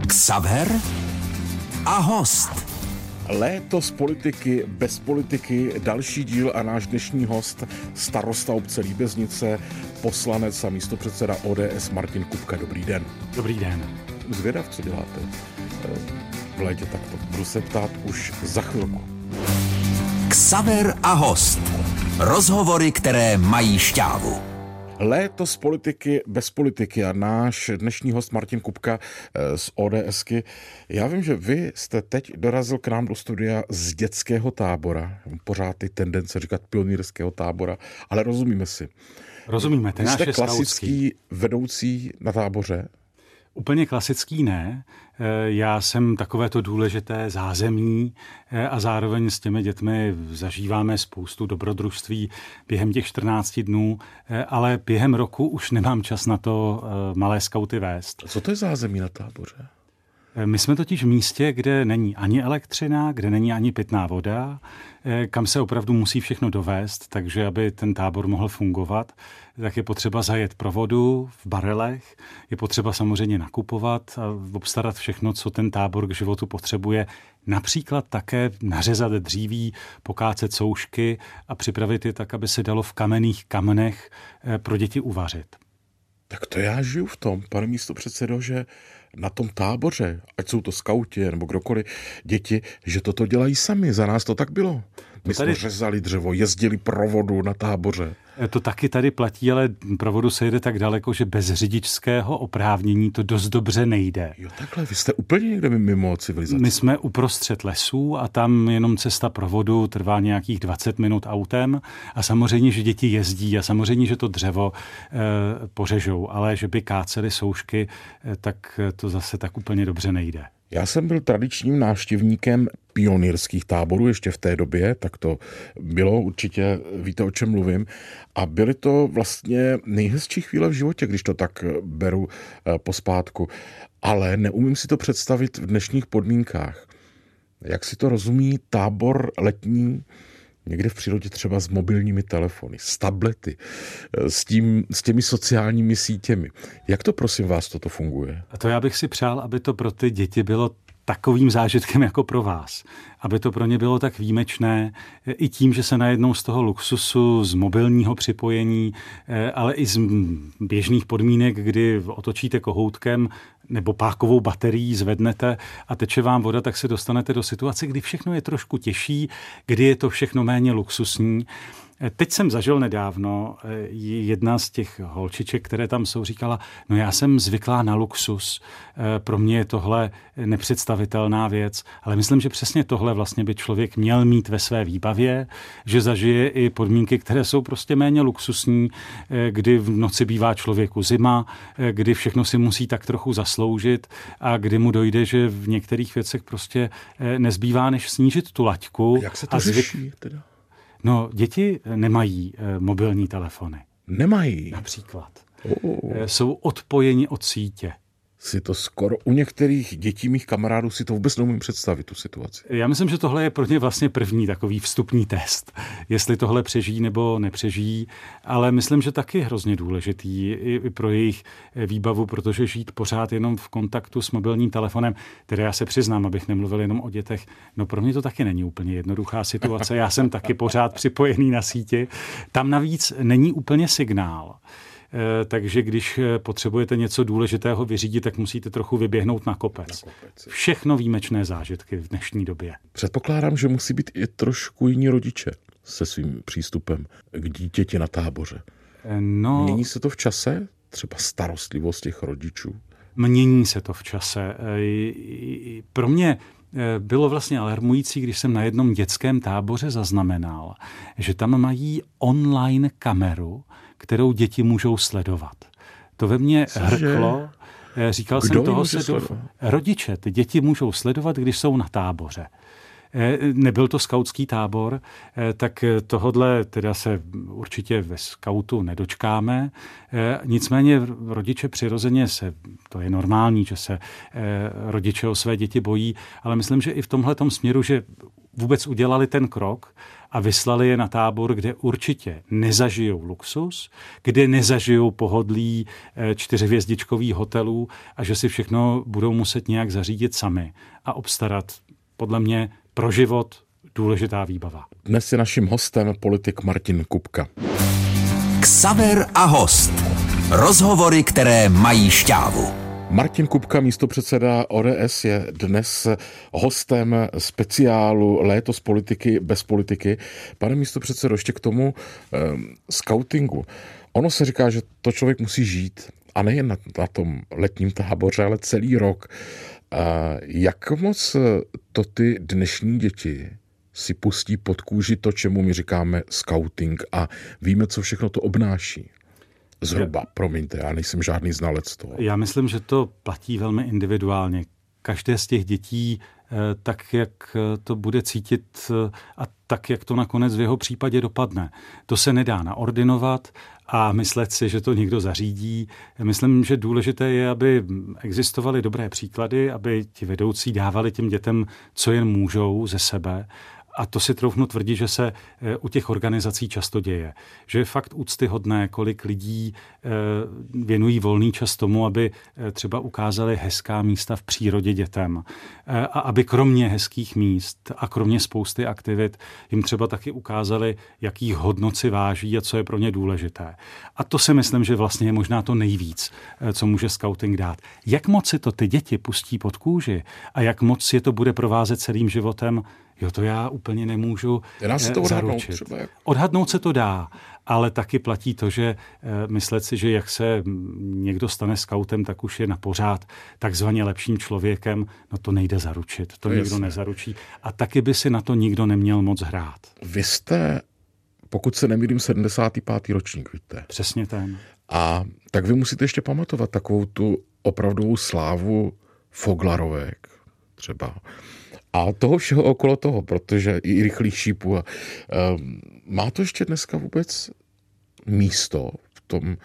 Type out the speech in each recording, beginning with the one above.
Xaver a host. Léto z politiky, bez politiky, další díl a náš dnešní host, starosta obce Líbeznice, poslanec a místopředseda ODS Martin Kupka. Dobrý den. Dobrý den. Zvědav, co děláte v létě takto. Budu se ptát už za chvilku. Xaver a host. Rozhovory, které mají šťávu. Léto z politiky, bez politiky a náš dnešní host Martin Kupka z ODSky. Já vím, že vy jste teď dorazil k nám do studia z dětského tábora. Pořád ty tendence říkat pionýrského tábora, ale rozumíme si. Rozumíme, ten náš je klasický vedoucí na táboře? Úplně klasický ne. Já jsem takovéto důležité zázemí a zároveň s těmi dětmi zažíváme spoustu dobrodružství během těch 14 dnů, ale během roku už nemám čas na to malé skauty vést. Co to je zázemí na táboře? My jsme totiž v místě, kde není ani elektřina, kde není ani pitná voda, kam se opravdu musí všechno dovést, takže aby ten tábor mohl fungovat, tak je potřeba zajet pro vodu v barelech, je potřeba samozřejmě nakupovat a obstarat všechno, co ten tábor k životu potřebuje, například také nařezat dříví, pokácet soušky a připravit je tak, aby se dalo v kamenných kamnech pro děti uvařit. Tak to já žiju v tom, pane místopředsedo, že na tom táboře, ať jsou to skauti nebo kdokoliv, děti, že toto dělají sami. Za nás to tak bylo. My jsme řezali dřevo, jezdili pro vodu na táboře. To taky tady platí, ale pro vodu se jede tak daleko, že bez řidičského oprávnění to dost dobře nejde. Jo, takhle, vy jste úplně někde mimo civilizaci. My jsme uprostřed lesů a tam jenom cesta pro vodu trvá nějakých 20 minut autem a samozřejmě, že děti jezdí a samozřejmě, že to dřevo pořežou, ale že by káceli soušky, tak to zase tak úplně dobře nejde. Já jsem byl tradičním návštěvníkem pionýrských táborů ještě v té době, tak to bylo, určitě víte, o čem mluvím. A byly to vlastně nejhezčí chvíle v životě, když to tak beru pospátku. Ale neumím si to představit v dnešních podmínkách. Jak si to rozumí tábor letní, někde v přírodě třeba s mobilními telefony, s tablety, s těmi sociálními sítěmi. Jak to, prosím vás, toto funguje? A to já bych si přál, aby to pro ty děti bylo takovým zážitkem jako pro vás. Aby to pro ně bylo tak výjimečné i tím, že se najednou z toho luxusu, z mobilního připojení, ale i z běžných podmínek, kdy otočíte kohoutkem nebo pákovou baterií zvednete a teče vám voda, tak se dostanete do situace, kdy všechno je trošku těžší, kdy je to všechno méně luxusní. Teď jsem zažil nedávno, jedna z těch holčiček, které tam jsou, říkala, no já jsem zvyklá na luxus, pro mě je tohle nepředstavitelná věc, ale myslím, že přesně tohle vlastně by člověk měl mít ve své výbavě, že zažije i podmínky, které jsou prostě méně luxusní, kdy v noci bývá člověku zima, kdy všechno si musí tak trochu zasloužit a kdy mu dojde, že v některých věcech prostě nezbývá, než snížit tu laťku. Jak se to řeší teda? No, děti nemají mobilní telefony. Nemají? Například. Jsou odpojeni od sítě. Si to skoro u některých dětí, mých kamarádů, si to vůbec neumím představit, tu situaci. Já myslím, že tohle je pro ně vlastně první takový vstupní test, jestli tohle přežijí nebo nepřežijí, ale myslím, že taky hrozně důležitý i pro jejich výbavu, protože žít pořád jenom v kontaktu s mobilním telefonem, které já se přiznám, abych nemluvil jenom o dětech, no pro mě to taky není úplně jednoduchá situace. Já jsem taky pořád připojený na síti. Tam navíc není úplně signál. Takže když potřebujete něco důležitého vyřídit, tak musíte trochu vyběhnout na kopec. Všechno výjimečné zážitky v dnešní době. Předpokládám, že musí být i trošku jiní rodiče se svým přístupem k dítěti na táboře. No, mění se to v čase? Třeba starostlivost těch rodičů? Mění se to v čase. Pro mě bylo vlastně alarmující, když jsem na jednom dětském táboře zaznamenal, že tam mají online kameru, kterou děti můžou sledovat. To ve mně hrklo. Říkal Kdo jsem toho se rodiče. Ty děti můžou sledovat, když jsou na táboře. Nebyl to skautský tábor, tak tohodle teda se určitě ve skautu nedočkáme. Nicméně rodiče přirozeně to je normální, že se rodiče o své děti bojí, ale myslím, že i v tomhletom směru, že vůbec udělali ten krok a vyslali je na tábor, kde určitě nezažijou luxus, kde nezažijou pohodlí 4hvězdičkových hotelů a že si všechno budou muset nějak zařídit sami a obstarat, podle mě, pro život důležitá výbava. Dnes je naším hostem politik Martin Kupka. Xaver a host. Rozhovory, které mají šťávu. Martin Kupka, místopředseda ODS, je dnes hostem speciálu Léto z politiky bez politiky. Pane místopředsedo, ještě k tomu skautingu. Ono se říká, že to člověk musí žít a nejen na tom letním táboře, ale celý rok. Jak moc to ty dnešní děti si pustí pod kůži to, čemu my říkáme skauting a víme, co všechno to obnáší? Zhruba, promiňte, já nejsem žádný znalec toho. Já myslím, že to platí velmi individuálně. Každé z těch dětí tak, jak to bude cítit a tak, jak to nakonec v jeho případě dopadne. To se nedá naordinovat a myslet si, že to někdo zařídí. Myslím, že důležité je, aby existovaly dobré příklady, aby ti vedoucí dávali těm dětem, co jen můžou ze sebe. A to si troufnu tvrdit, že se u těch organizací často děje. Že je fakt úctyhodné, kolik lidí věnují volný čas tomu, aby třeba ukázali hezká místa v přírodě dětem. A aby kromě hezkých míst a kromě spousty aktivit jim třeba taky ukázali, jakých hodnot si váží a co je pro ně důležité. A to si myslím, že vlastně je možná to nejvíc, co může skauting dát. Jak moc si to ty děti pustí pod kůži a jak moc je to bude provázet celým životem, to já úplně nemůžu zaručit. Odhadnout se to dá, ale taky platí to, že myslet si, že jak se někdo stane skautem, tak už je na pořád takzvaně lepším člověkem, to nejde zaručit. To nikdo nezaručí. A taky by si na to nikdo neměl moc hrát. Vy jste, pokud se nemýlím, 75. ročník, víte? Přesně ten. A tak vy musíte ještě pamatovat takovou tu opravdovou slávu Foglarovek třeba. A toho všeho okolo toho, protože i rychlých šípů. Má to ještě dneska vůbec místo v tom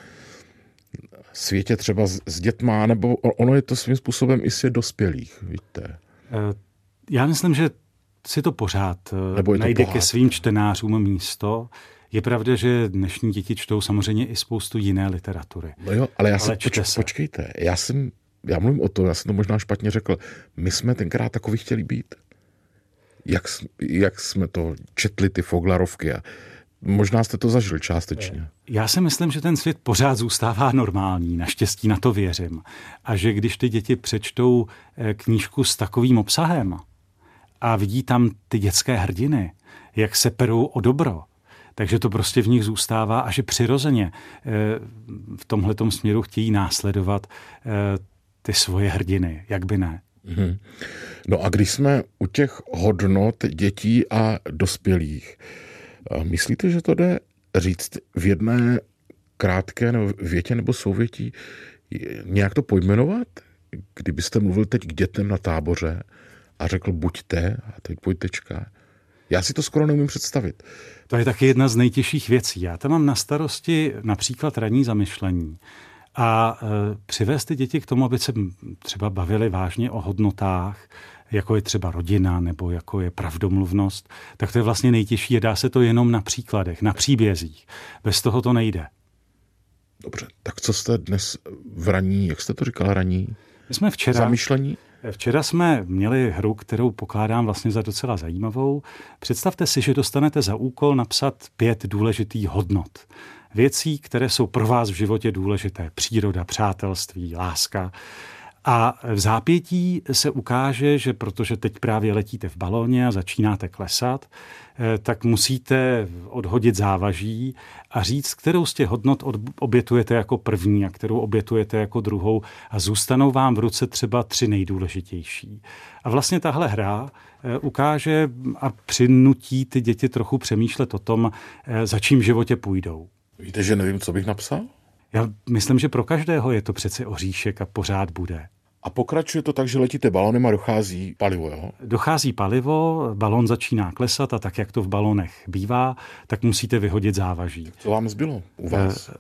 světě třeba s dětma, nebo ono je to svým způsobem i svět dospělých, víte? Já myslím, že si to pořád najde ke svým čtenářům místo. Je pravda, že dnešní děti čtou samozřejmě i spoustu jiné literatury. No jo, ale počkejte, já mluvím o tom, já jsem to možná špatně řekl. My jsme tenkrát takový chtěli být. Jak jsme to četli, ty Foglarovky. A možná jste to zažil částečně. Já si myslím, že ten svět pořád zůstává normální. Naštěstí na to věřím. A že když ty děti přečtou knížku s takovým obsahem a vidí tam ty dětské hrdiny, jak se perou o dobro, takže to prostě v nich zůstává a že přirozeně v tomhletom směru chtějí následovat ty svoje hrdiny, jak by ne. No a když jsme u těch hodnot dětí a dospělých, myslíte, že to jde říct v jedné krátké větě nebo souvětí, nějak to pojmenovat? Kdybyste mluvil teď k dětem na táboře a řekl buďte a teď pojďtečka. Já si to skoro neumím představit. To je taky jedna z nejtěžších věcí. Já tam mám na starosti například ranní zamyšlení. A přivést ty děti k tomu, aby se třeba bavili vážně o hodnotách, jako je třeba rodina nebo jako je pravdomluvnost, tak to je vlastně nejtěžší a dá se to jenom na příkladech, na příbězích. Bez toho to nejde. Dobře, tak co jste dnes v ranní, jak jste to říkal, ranní? My jsme zamyšlení? Včera jsme měli hru, kterou pokládám vlastně za docela zajímavou. Představte si, že dostanete za úkol napsat 5 důležitých hodnot. Věcí, které jsou pro vás v životě důležité. Příroda, přátelství, láska. A v zápětí se ukáže, že protože teď právě letíte v balóně a začínáte klesat, tak musíte odhodit závaží a říct, kterou z těch hodnot obětujete jako první a kterou obětujete jako druhou a zůstanou vám v ruce třeba 3 nejdůležitější. A vlastně tahle hra ukáže a přinutí ty děti trochu přemýšlet o tom, za čím v životě půjdou. Víte, že nevím, co bych napsal? Já myslím, že pro každého je to přece oříšek a pořád bude. A pokračuje to tak, že letíte balónem a dochází palivo, jo? Dochází palivo, balón začíná klesat a tak, jak to v balonech bývá, tak musíte vyhodit závaží. Co vám zbylo u vás?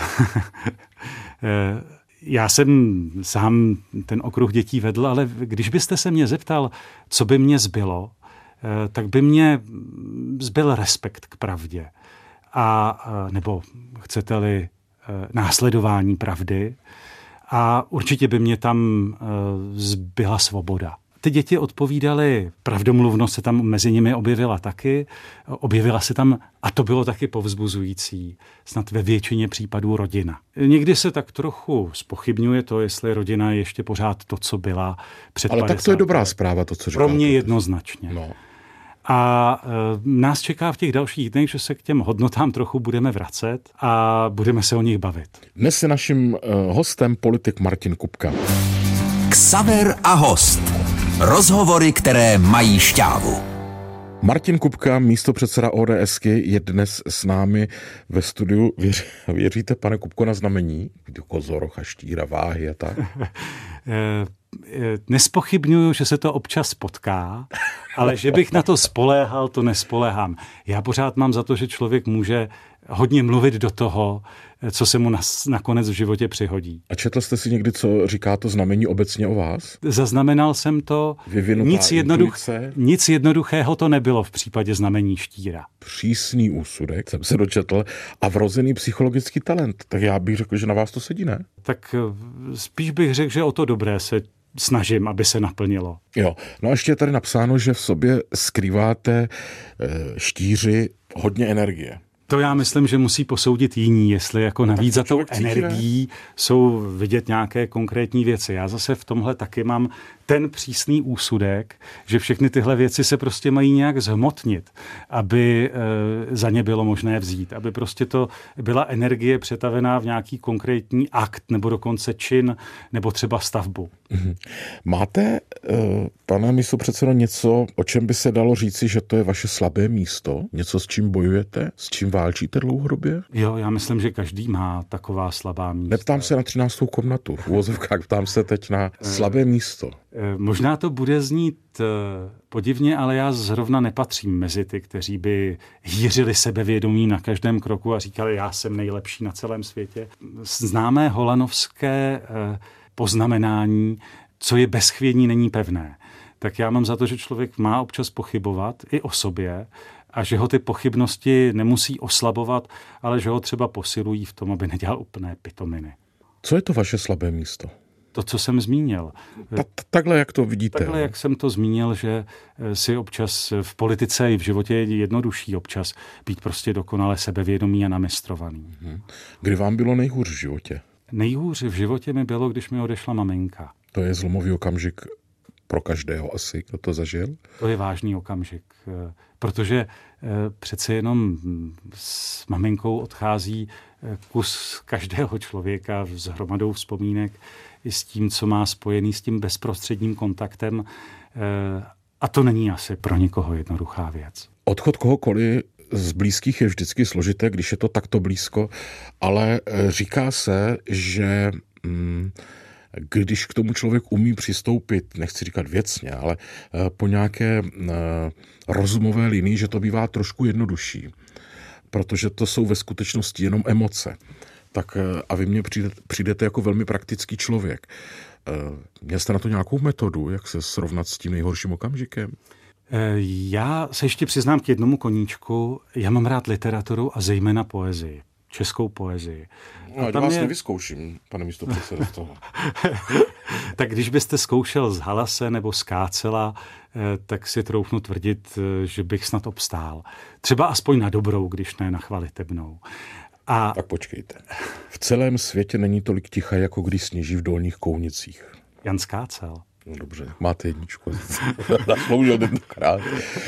Já jsem sám ten okruh dětí vedl, ale když byste se mě zeptal, co by mě zbylo, tak by mě zbyl respekt k pravdě. A nebo chcete-li následování pravdy. A určitě by mě tam zbyla svoboda. Ty děti odpovídaly, pravdomluvnost se tam mezi nimi objevila taky, objevila se tam, a to bylo taky povzbuzující, snad ve většině případů rodina. Někdy se tak trochu zpochybňuje to, jestli rodina je ještě pořád to, co byla před 50. Ale tak to je dobrá zpráva, to, co říkáte. Pro mě jednoznačně. No. A nás čeká v těch dalších dnech, že se k těm hodnotám trochu budeme vracet a budeme se o nich bavit. Dnes je naším hostem politik Martin Kupka. Xaver a host. Rozhovory, které mají šťávu. Martin Kupka, místopředseda ODSky, je dnes s námi ve studiu. Věříte, pane Kupko, na znamení? Kozorocha, štíra, váhy a tak? Nespochybňuju, že se to občas potká, ale že bych na to spoléhal, to nespoléhám. Já pořád mám za to, že člověk může hodně mluvit do toho, co se mu nakonec v životě přihodí. A četl jste si někdy, co říká to znamení obecně o vás? Zaznamenal jsem to. Nic jednoduchého to nebylo v případě znamení štíra. Přísný úsudek jsem se dočetl a vrozený psychologický talent. Tak já bych řekl, že na vás to sedí, ne? Tak spíš bych řekl, že o to dobré se snažím, aby se naplnilo. Jo, no a ještě je tady napsáno, že v sobě skrýváte štíři hodně energie. To já myslím, že musí posoudit jiní, jestli jako navíc za tou energií jsou vidět nějaké konkrétní věci. Já zase v tomhle taky mám ten přísný úsudek, že všechny tyhle věci se prostě mají nějak zhmotnit, aby za ně bylo možné vzít, aby prostě to byla energie přetavená v nějaký konkrétní akt nebo dokonce čin nebo třeba stavbu. Máte, pane místopředsedo, něco, o čem by se dalo říci, že to je vaše slabé místo? Něco, s čím bojujete? S čím válčíte dlouhodobě? Jo, já myslím, že každý má taková slabá místa. Neptám se na 13. komnatu. V uvozovkách ptám se teď na slabé místo. Možná to bude znít podivně, ale já zrovna nepatřím mezi ty, kteří by hýřili sebevědomí na každém kroku a říkali, já jsem nejlepší na celém světě. Známé holanovské poznamenání, co je bezchvění, není pevné. Tak já mám za to, že člověk má občas pochybovat i o sobě a že ho ty pochybnosti nemusí oslabovat, ale že ho třeba posilují v tom, aby nedělal úplné pitominy. Co je to vaše slabé místo? To, co jsem zmínil. Takhle, jak to vidíte. Takhle, jak jsem to zmínil, že si občas v politice i v životě je jednodušší občas být prostě dokonale sebevědomý a namistrovaný. Kdy vám bylo nejhůř v životě? Nejhůř v životě mi bylo, když mi odešla maminka. To je zlomový okamžik pro každého asi, kdo to zažil? To je vážný okamžik, protože přece jenom s maminkou odchází kus každého člověka s hromadou vzpomínek i s tím, co má spojený s tím bezprostředním kontaktem. A to není asi pro nikoho jednoduchá věc. Odchod kohokoliv z blízkých je vždycky složité, když je to takto blízko, ale říká se, že když k tomu člověk umí přistoupit, nechci říkat věcně, ale po nějaké rozumové linii, že to bývá trošku jednodušší, protože to jsou ve skutečnosti jenom emoce. Tak a vy mně přijdete jako velmi praktický člověk. Měl jste na to nějakou metodu, jak se srovnat s tím nejhorším okamžikem? Já se ještě přiznám k jednomu koníčku. Já mám rád literaturu a zejména poezii. Českou poezii. No, já vás nevyzkouším, pane místopředsedo, z toho. Tak když byste zkoušel z Halase nebo z Kácela, tak si troufnu tvrdit, že bych snad obstál. Třeba aspoň na dobrou, když ne na chvalitebnou. Tak počkejte. V celém světě není tolik ticha, jako když sněží v Dolních Kounicích. Jan Skácel. No dobře, máte jedničku. Nasloužil tentokrát.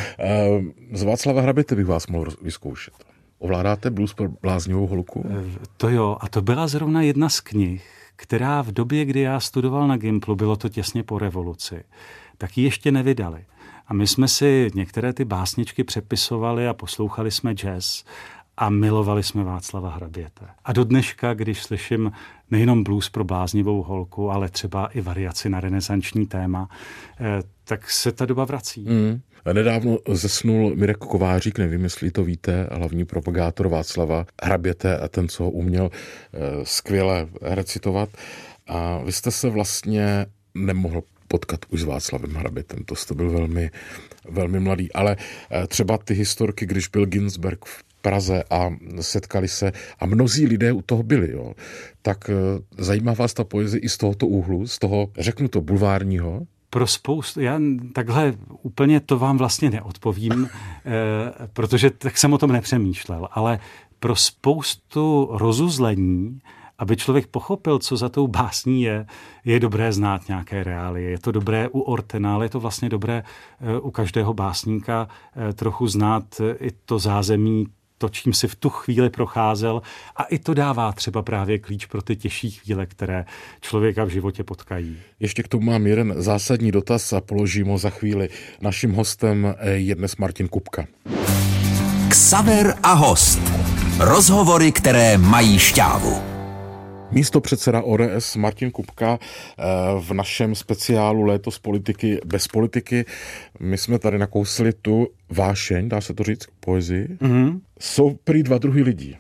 Z Václava Hraběte bych vás mohl vyzkoušet. Ovládáte blues pro bláznivou holku? To jo, a to byla zrovna jedna z knih, která v době, kdy já studoval na Gimplu, bylo to těsně po revoluci, tak ji ještě nevydali. A my jsme si některé ty básničky přepisovali a poslouchali jsme jazz a milovali jsme Václava Hraběte. A do dneška, když slyším nejenom blues pro bláznivou holku, ale třeba i variaci na renesanční téma, tak se ta doba vrací. Nedávno zesnul Mirek Kovářík, nevím, jestli to víte, hlavní propagátor Václava Hraběte a ten, co ho uměl skvěle recitovat. A vy jste se vlastně nemohl potkat už s Václavem Hrabětem. To jste byl velmi, velmi mladý. Ale třeba ty historky, když byl Ginsberg v Praze a setkali se a mnozí lidé u toho byli, jo, tak zajímá vás ta poezie i z tohoto úhlu, z toho, řeknu to, bulvárního? Pro spoustu, já takhle úplně to vám vlastně neodpovím, protože tak jsem o tom nepřemýšlel, ale pro spoustu rozuzlení, aby člověk pochopil, co za tou básní je dobré znát nějaké reálie. Je to dobré u Ortena, ale je to vlastně dobré u každého básníka trochu znát i to zázemí, to, čím si v tu chvíli procházel, a i to dává třeba právě klíč pro ty těžší chvíle, které člověka v životě potkají. Ještě k tomu mám jeden zásadní dotaz a položím ho za chvíli. Naším hostem je dnes Martin Kupka. Xaver a host. Rozhovory, které mají šťávu. Místopředseda ODS Martin Kupka v našem speciálu Léto z politiky bez politiky. My jsme tady nakousli tu vášeň, dá se to říct, poezii. Mm-hmm. Jsou prý dva druhy lidí.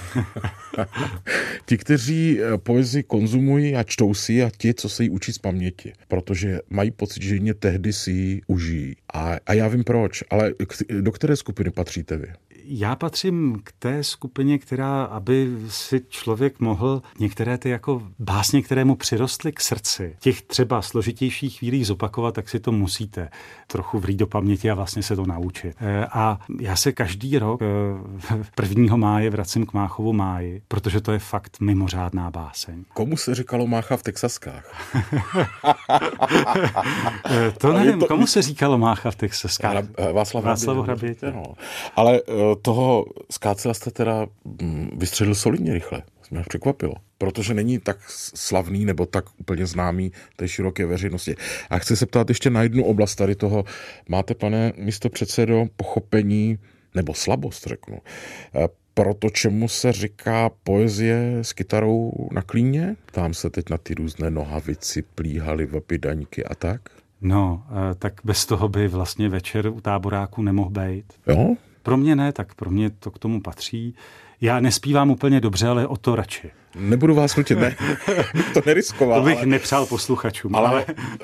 Ti, kteří poezii konzumují a čtou si, a ti, co se jí učí z paměti. Protože mají pocit, že jině tehdy si ji užijí. A já vím proč, ale do které skupiny patříte vy? Já patřím k té skupině, která, aby si člověk mohl některé ty jako básně, které mu přirostly k srdci, těch třeba složitějších chvílích zopakovat, tak si to musíte trochu vrít do paměti a vlastně se to naučit. A já se každý rok 1. máje vracím k Máchovu máji, protože to je fakt mimořádná báseň. Komu se říkalo Mácha v Texaskách? To nevím, komu se říkalo Mácha v Texaskách? Václavu Hrabětě. No. Ale toho skácela jste teda vystřelil solidně rychle. Mě překvapilo. Protože není tak slavný nebo tak úplně známý té široké veřejnosti. A chci se ptát ještě na jednu oblast tady toho. Máte, pane místopředsedo, pochopení nebo slabost, řeknu, pro to, čemu se říká poezie s kytarou na klíně? Tam se teď na ty různé nohavici, plíhaly, vapidaňky a tak? No, tak bez toho by vlastně večer u táboráku nemohl být. Jo? Pro mě ne, tak pro mě to k tomu patří. Já nespívám úplně dobře, ale o to radši. Nebudu vás nutit, ne? To neriskoval. To bych nepřál posluchačům. Ale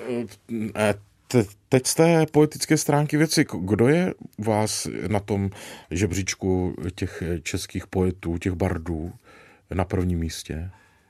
teď z té poetické stránky věci, kdo je u vás na tom žebříčku těch českých poetů, těch bardů na prvním místě?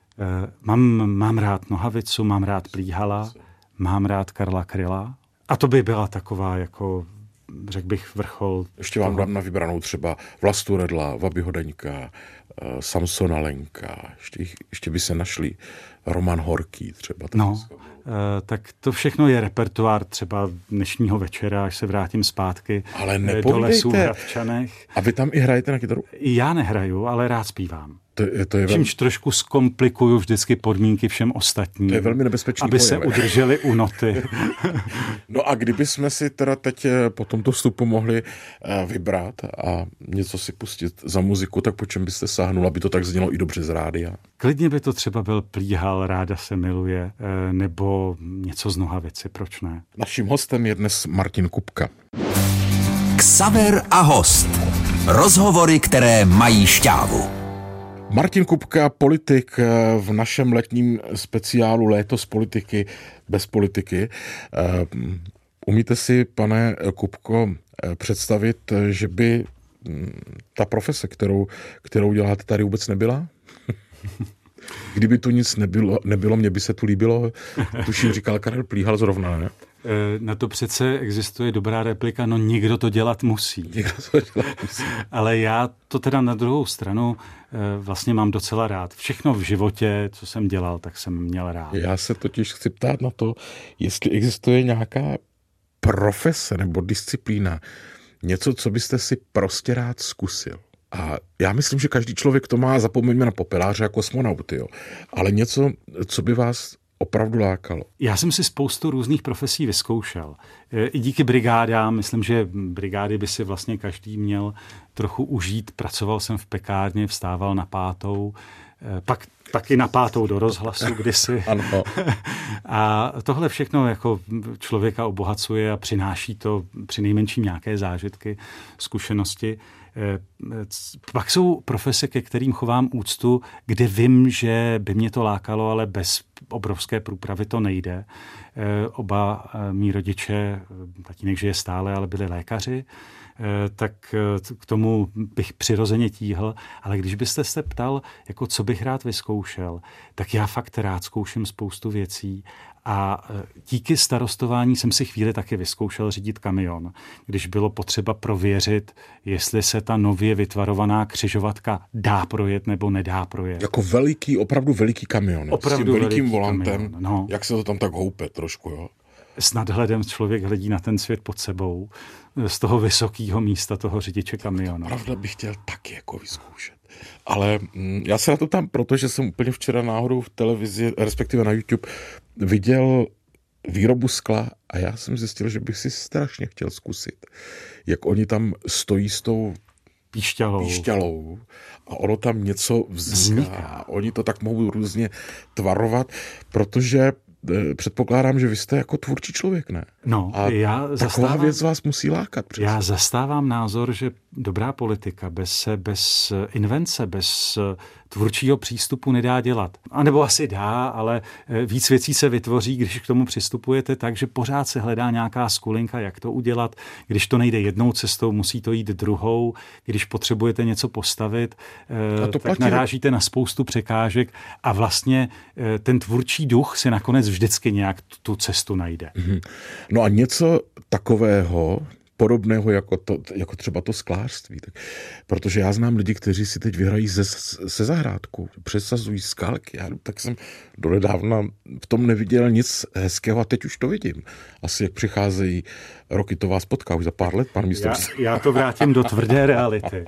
Mám rád Nohavicu, mám rád Plíhala, mám rád Karla Kryla. A to by byla taková jako, řekl bych, vrchol. Ještě vám dám na vybranou třeba Vlastu Redla, Vabyho Daňka, Samsona Lenka, ještě by se našli Roman Horký třeba. No, tak to všechno je repertoár třeba dnešního večera, až se vrátím zpátky do lesů v Hradčanech. A vy tam i hrajete na kytaru? Já nehraju, ale rád zpívám. To je čímž trošku zkomplikuju vždycky podmínky všem ostatním. To je velmi nebezpečný aby pojem. Se udrželi u noty. No a kdyby jsme si teda teď po tomto vstupu mohli vybrat a něco si pustit za muziku, tak po čem byste sáhnul, aby to tak znělo i dobře z rádia? Klidně by to třeba byl Plíhal, Ráda se miluje, nebo něco z Nohavici, proč ne? Naším hostem je dnes Martin Kupka. Xaver a host. Rozhovory, které mají šťávu. Martin Kupka, politik v našem letním speciálu Léto z politiky bez politiky. Umíte si, pane Kupko, představit, že by ta profese, kterou děláte, tady vůbec nebyla? Kdyby tu nic nebylo, mně by se tu líbilo. Tuším, říkal Karel Plíhal zrovna, ne? Na to přece existuje dobrá replika, no někdo to dělat musí. Ale já to teda na druhou stranu vlastně mám docela rád. Všechno v životě, co jsem dělal, tak jsem měl rád. Já se totiž chci ptát na to, jestli existuje nějaká profese nebo disciplína, něco, co byste si prostě rád zkusil. A já myslím, že každý člověk to má, zapomeňme na popeláře a kosmonauty, jo. Ale něco, co by vás opravdu lákalo. Já jsem si spoustu různých profesí vyzkoušel. I díky brigádám, myslím, že brigády by si vlastně každý měl trochu užít. Pracoval jsem v pekárně, vstával na 5. Pak taky na 5. do rozhlasu kdysi. Ano. A tohle všechno jako člověka obohacuje a přináší to přinejmenším nějaké zážitky, zkušenosti. Pak jsou profese, ke kterým chovám úctu, kde vím, že by mě to lákalo, ale bez obrovské průpravy to nejde. Oba mí rodiče, tatínek žije stále, ale byli lékaři, tak k tomu bych přirozeně tíhl, ale když byste se ptal, jako co bych rád vyzkoušel, tak já fakt rád zkouším spoustu věcí a díky starostování jsem si chvíli taky vyzkoušel řídit kamion, když bylo potřeba prověřit, jestli se ta nově vytvarovaná křižovatka dá projet nebo nedá projet. Jako veliký, opravdu veliký kamion. Opravdu s tím velikým volantem, kamion, no. Jak se to tam tak houpe trošku, jo? S nadhledem člověk hledí na ten svět pod sebou, z toho vysokého místa toho řidiče kamionu. Pravda bych chtěl taky jako vyzkoušet. Ale já se na to tam, protože jsem úplně včera náhodou v televizi, respektive na YouTube, viděl výrobu skla a já jsem zjistil, že bych si strašně chtěl zkusit, jak oni tam stojí s tou píšťalou a ono tam něco vzniká. Oni to tak mohou různě tvarovat, protože předpokládám, že vy jste jako tvůrčí člověk, ne? No, a taková věc vás musí lákat. Přece. Já zastávám názor, že dobrá politika bez invence, bez tvůrčího přístupu nedá dělat. A nebo asi dá, ale víc věcí se vytvoří, když k tomu přistupujete tak, že pořád se hledá nějaká skulinka, jak to udělat. Když to nejde jednou cestou, musí to jít druhou. Když potřebujete něco postavit, tak narážíte na spoustu překážek a vlastně ten tvůrčí duch si nakonec vždycky nějak tu cestu najde. No a něco takového, podobného jako třeba to sklářství. Tak, protože já znám lidi, kteří si teď vyhrají ze zahrádku, přesazují skalky. Já tak jsem donedávna v tom neviděl nic hezkého a teď už to vidím. Asi jak přicházejí roky, to vás potká už za pár let, pan místopředseda. Já to vrátím do tvrdé reality.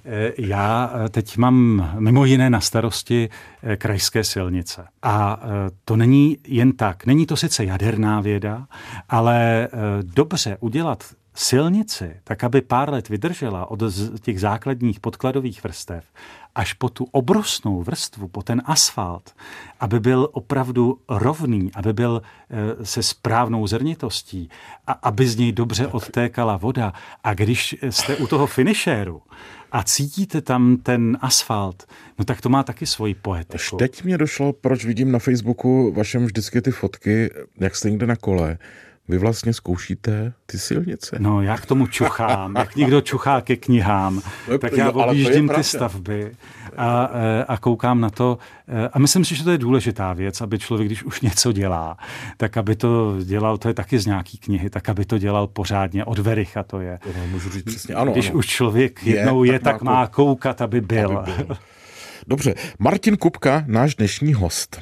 Já teď mám mimo jiné na starosti krajské silnice. A to není jen tak. Není to sice jaderná věda, ale dobře udělat silnici, tak aby pár let vydržela od těch základních podkladových vrstev až po tu obrusnou vrstvu, po ten asfalt, aby byl opravdu rovný, aby byl se správnou zrnitostí a aby z něj dobře odtékala voda. A když jste u toho finišéru a cítíte tam ten asfalt, no tak to má taky svoji poetiku. Až teď mě došlo, proč vidím na Facebooku vašem vždycky ty fotky, jak jste někde na kole. Vy vlastně zkoušíte ty silnice. No, já k tomu čuchám. Jak někdo čuchá ke knihám, tak já objíždím ty stavby a koukám na to. A myslím si, že to je důležitá věc, aby člověk, když už něco dělá, tak aby to dělal, to je taky z nějaký knihy, tak aby to dělal pořádně. Od Vericha to je. To můžu říct přesně. Ano, když už člověk jednou je, tak má koukat, aby byl. Dobře, Martin Kupka, náš dnešní host.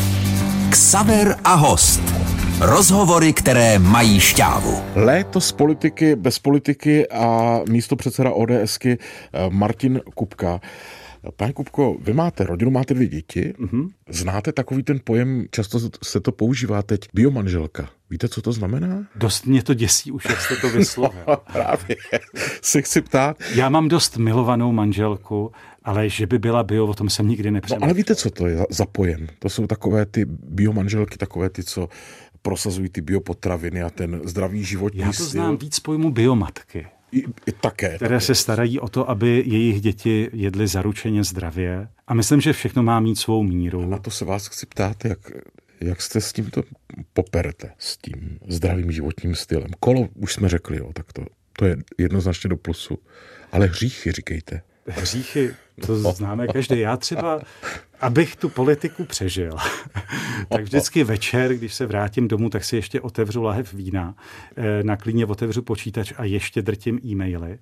Xaver a host. Rozhovory, které mají šťávu. Léto z politiky, bez politiky a místopředseda ODSky Martin Kupka. Pane Kupko, vy máte rodinu, máte 2 děti. Znáte takový ten pojem, často se to používá teď, biomanželka. Víte, co to znamená? Dost mě to děsí už, jak jste to vyslovil. Právě se chci ptát. Já mám dost milovanou manželku, ale že by byla bio, o tom jsem nikdy nepřemýšlel. No, ale víte, co to je za pojem? To jsou takové ty biomanželky, takové ty, co prosazují ty biopotraviny a ten zdravý životní styl. Já to znám víc pojmu biomatky. I také. Které se starají o to, aby jejich děti jedly zaručeně zdravě. A myslím, že všechno má mít svou míru. A na to se vás chci ptát, jak jste s tímto poperete, s tím zdravým životním stylem. Kolo už jsme řekli, jo, tak to je jednoznačně do plusu. Ale hříchy, říkejte. Hříchy, to známe každý. Já třeba, abych tu politiku přežil, tak vždycky večer, když se vrátím domů, tak si ještě otevřu lahev vína, na klíně otevřu počítač a ještě drtím e-maily.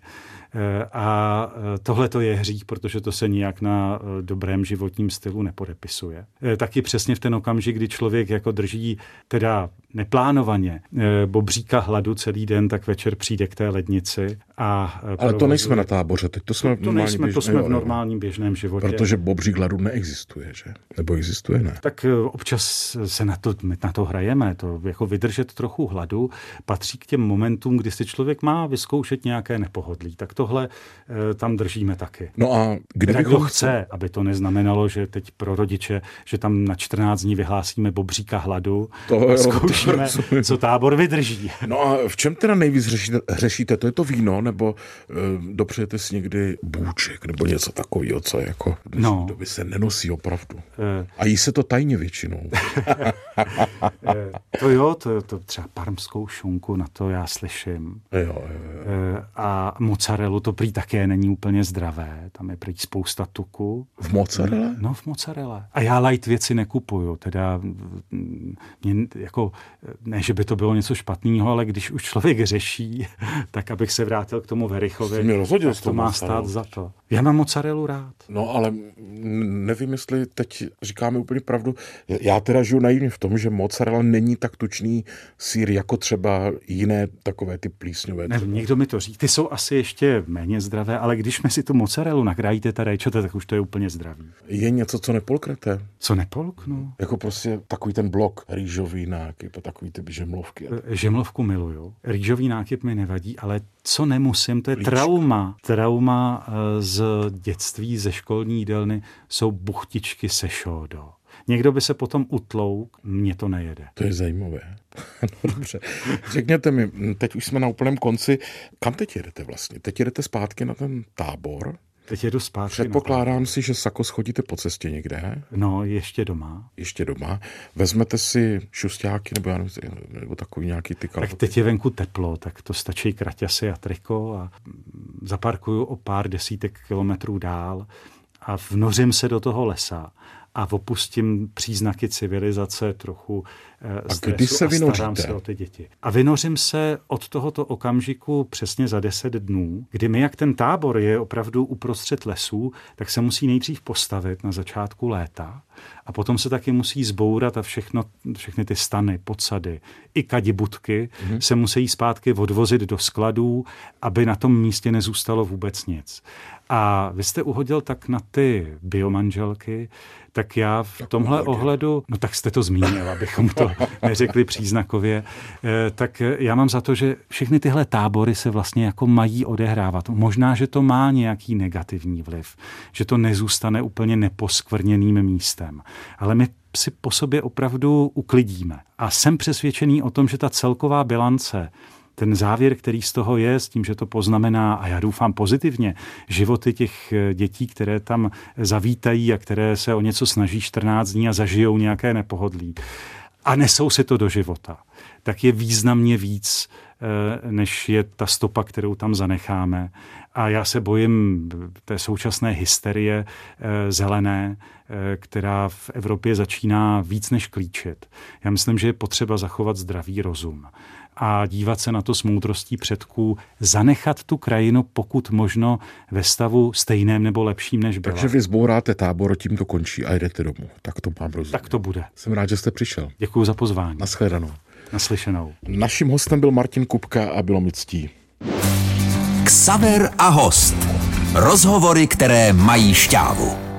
A tohle to je hřích, protože to se nijak na dobrém životním stylu nepodepisuje. Taky přesně v ten okamžik, kdy člověk jako drží teda neplánovaně bobříka hladu celý den, tak večer přijde k té lednici a... Ale to nejsme na táboře, teď to jsme to jsme v normálním běžném životě. Protože bobřík hladu neexistuje. neexistuje, že? Nebo existuje, ne? Tak občas se na to hrajeme. To jako vydržet trochu hladu patří k těm momentům, kdy si člověk má vyzkoušet nějaké nepohodlí. Tak tohle tam držíme taky. No a kdo chce, aby to neznamenalo, že teď pro rodiče, že tam na 14 dní vyhlásíme bobříka hladu a zkoušíme, co tábor vydrží. No a v čem teda nejvíc řešíte? To je to víno, nebo dopřejete si někdy bůček, nebo něco takového, co jako doby se nenosí opravdu. A jí se to tajně většinou. To třeba parmskou šunku, na to já slyším. Jo. A mozzarellu to prý také není úplně zdravé. Tam je prý spousta tuku. V mozzarelle? No, v mozzarelle. A já light věci nekupuju. Teda jako, ne, že by to bylo něco špatného, ale když už člověk řeší, tak abych se vrátil k tomu Werichovi, tak to má stát za to. Já mám mozzarellu rád. No, ale nevím, jestli teď říkáme úplně pravdu. Já teda žiju naivně v tom, že mozzarella není tak tučný sýr jako třeba jiné takové ty plísňové. Ne, někdo mi to říká. Ty jsou asi ještě méně zdravé, ale když mi si tu mozzarellu nakrájíte ta rajčata, tak už to je úplně zdravý. Je něco, co nepolknete? Co nepolknu? Jako prostě takový ten blok, rýžový nákyp a takový ty žemlovky. Žemlovku miluju. Rýžový nákyp mi nevadí, ale co nemusím, to je trauma. Trauma z dětství, ze školní jídelny jsou buchtičky se šódo. Někdo by se potom utlouk, mně to nejede. To je zajímavé. No dobře. Řekněte mi, teď už jsme na úplném konci. Kam teď jedete vlastně? Teď jedete zpátky na ten tábor? Teď jedu zpátky. Předpokládám si, že sako schodíte po cestě někde. No, ještě doma. Ještě doma. Vezmete si šustáky nebo, nebo takový nějaký ty kalhoty. Tak teď je venku teplo, tak to stačí kraťasy a triko a zaparkuju o pár desítek kilometrů dál a vnořím se do toho lesa a opustím příznaky civilizace, trochu stresu a starám se o ty děti. A vynořím se od tohoto okamžiku přesně za 10 dnů, kdy my, jak ten tábor je opravdu uprostřed lesů, tak se musí nejdřív postavit na začátku léta a potom se taky musí zbourat a všechny ty stany, podsady i kadibutky se musí zpátky odvozit do skladů, aby na tom místě nezůstalo vůbec nic. A vy jste uhodil tak na ty biomanželky, tak já v tomhle ohledu, no tak jste to zmínil, abychom to neřekli příznakově, tak já mám za to, že všechny tyhle tábory se vlastně jako mají odehrávat. Možná, že to má nějaký negativní vliv, že to nezůstane úplně neposkvrněným místem, ale my si po sobě opravdu uklidíme. A jsem přesvědčený o tom, že ta celková bilance, ten závěr, který z toho je, s tím, že to poznamená, a já doufám pozitivně, životy těch dětí, které tam zavítají a které se o něco snaží 14 dní a zažijou nějaké nepohodlí a nesou si to do života, tak je významně víc, než je ta stopa, kterou tam zanecháme. A já se bojím té současné hysterie zelené, která v Evropě začíná víc než klíčit. Já myslím, že je potřeba zachovat zdravý rozum a dívat se na to s moudrostí předků, zanechat tu krajinu pokud možno ve stavu stejném nebo lepším, než byla. Takže vy zbouráte tábor, tím to končí a jdete domů. Tak to mám rozumět. Tak to bude. Jsem rád, že jste přišel. Děkuji za pozvání. Nashledanou. Naslyšenou. Naším hostem byl Martin Kupka a bylo mi ctí. Xaver a host. Rozhovory, které mají šťávu.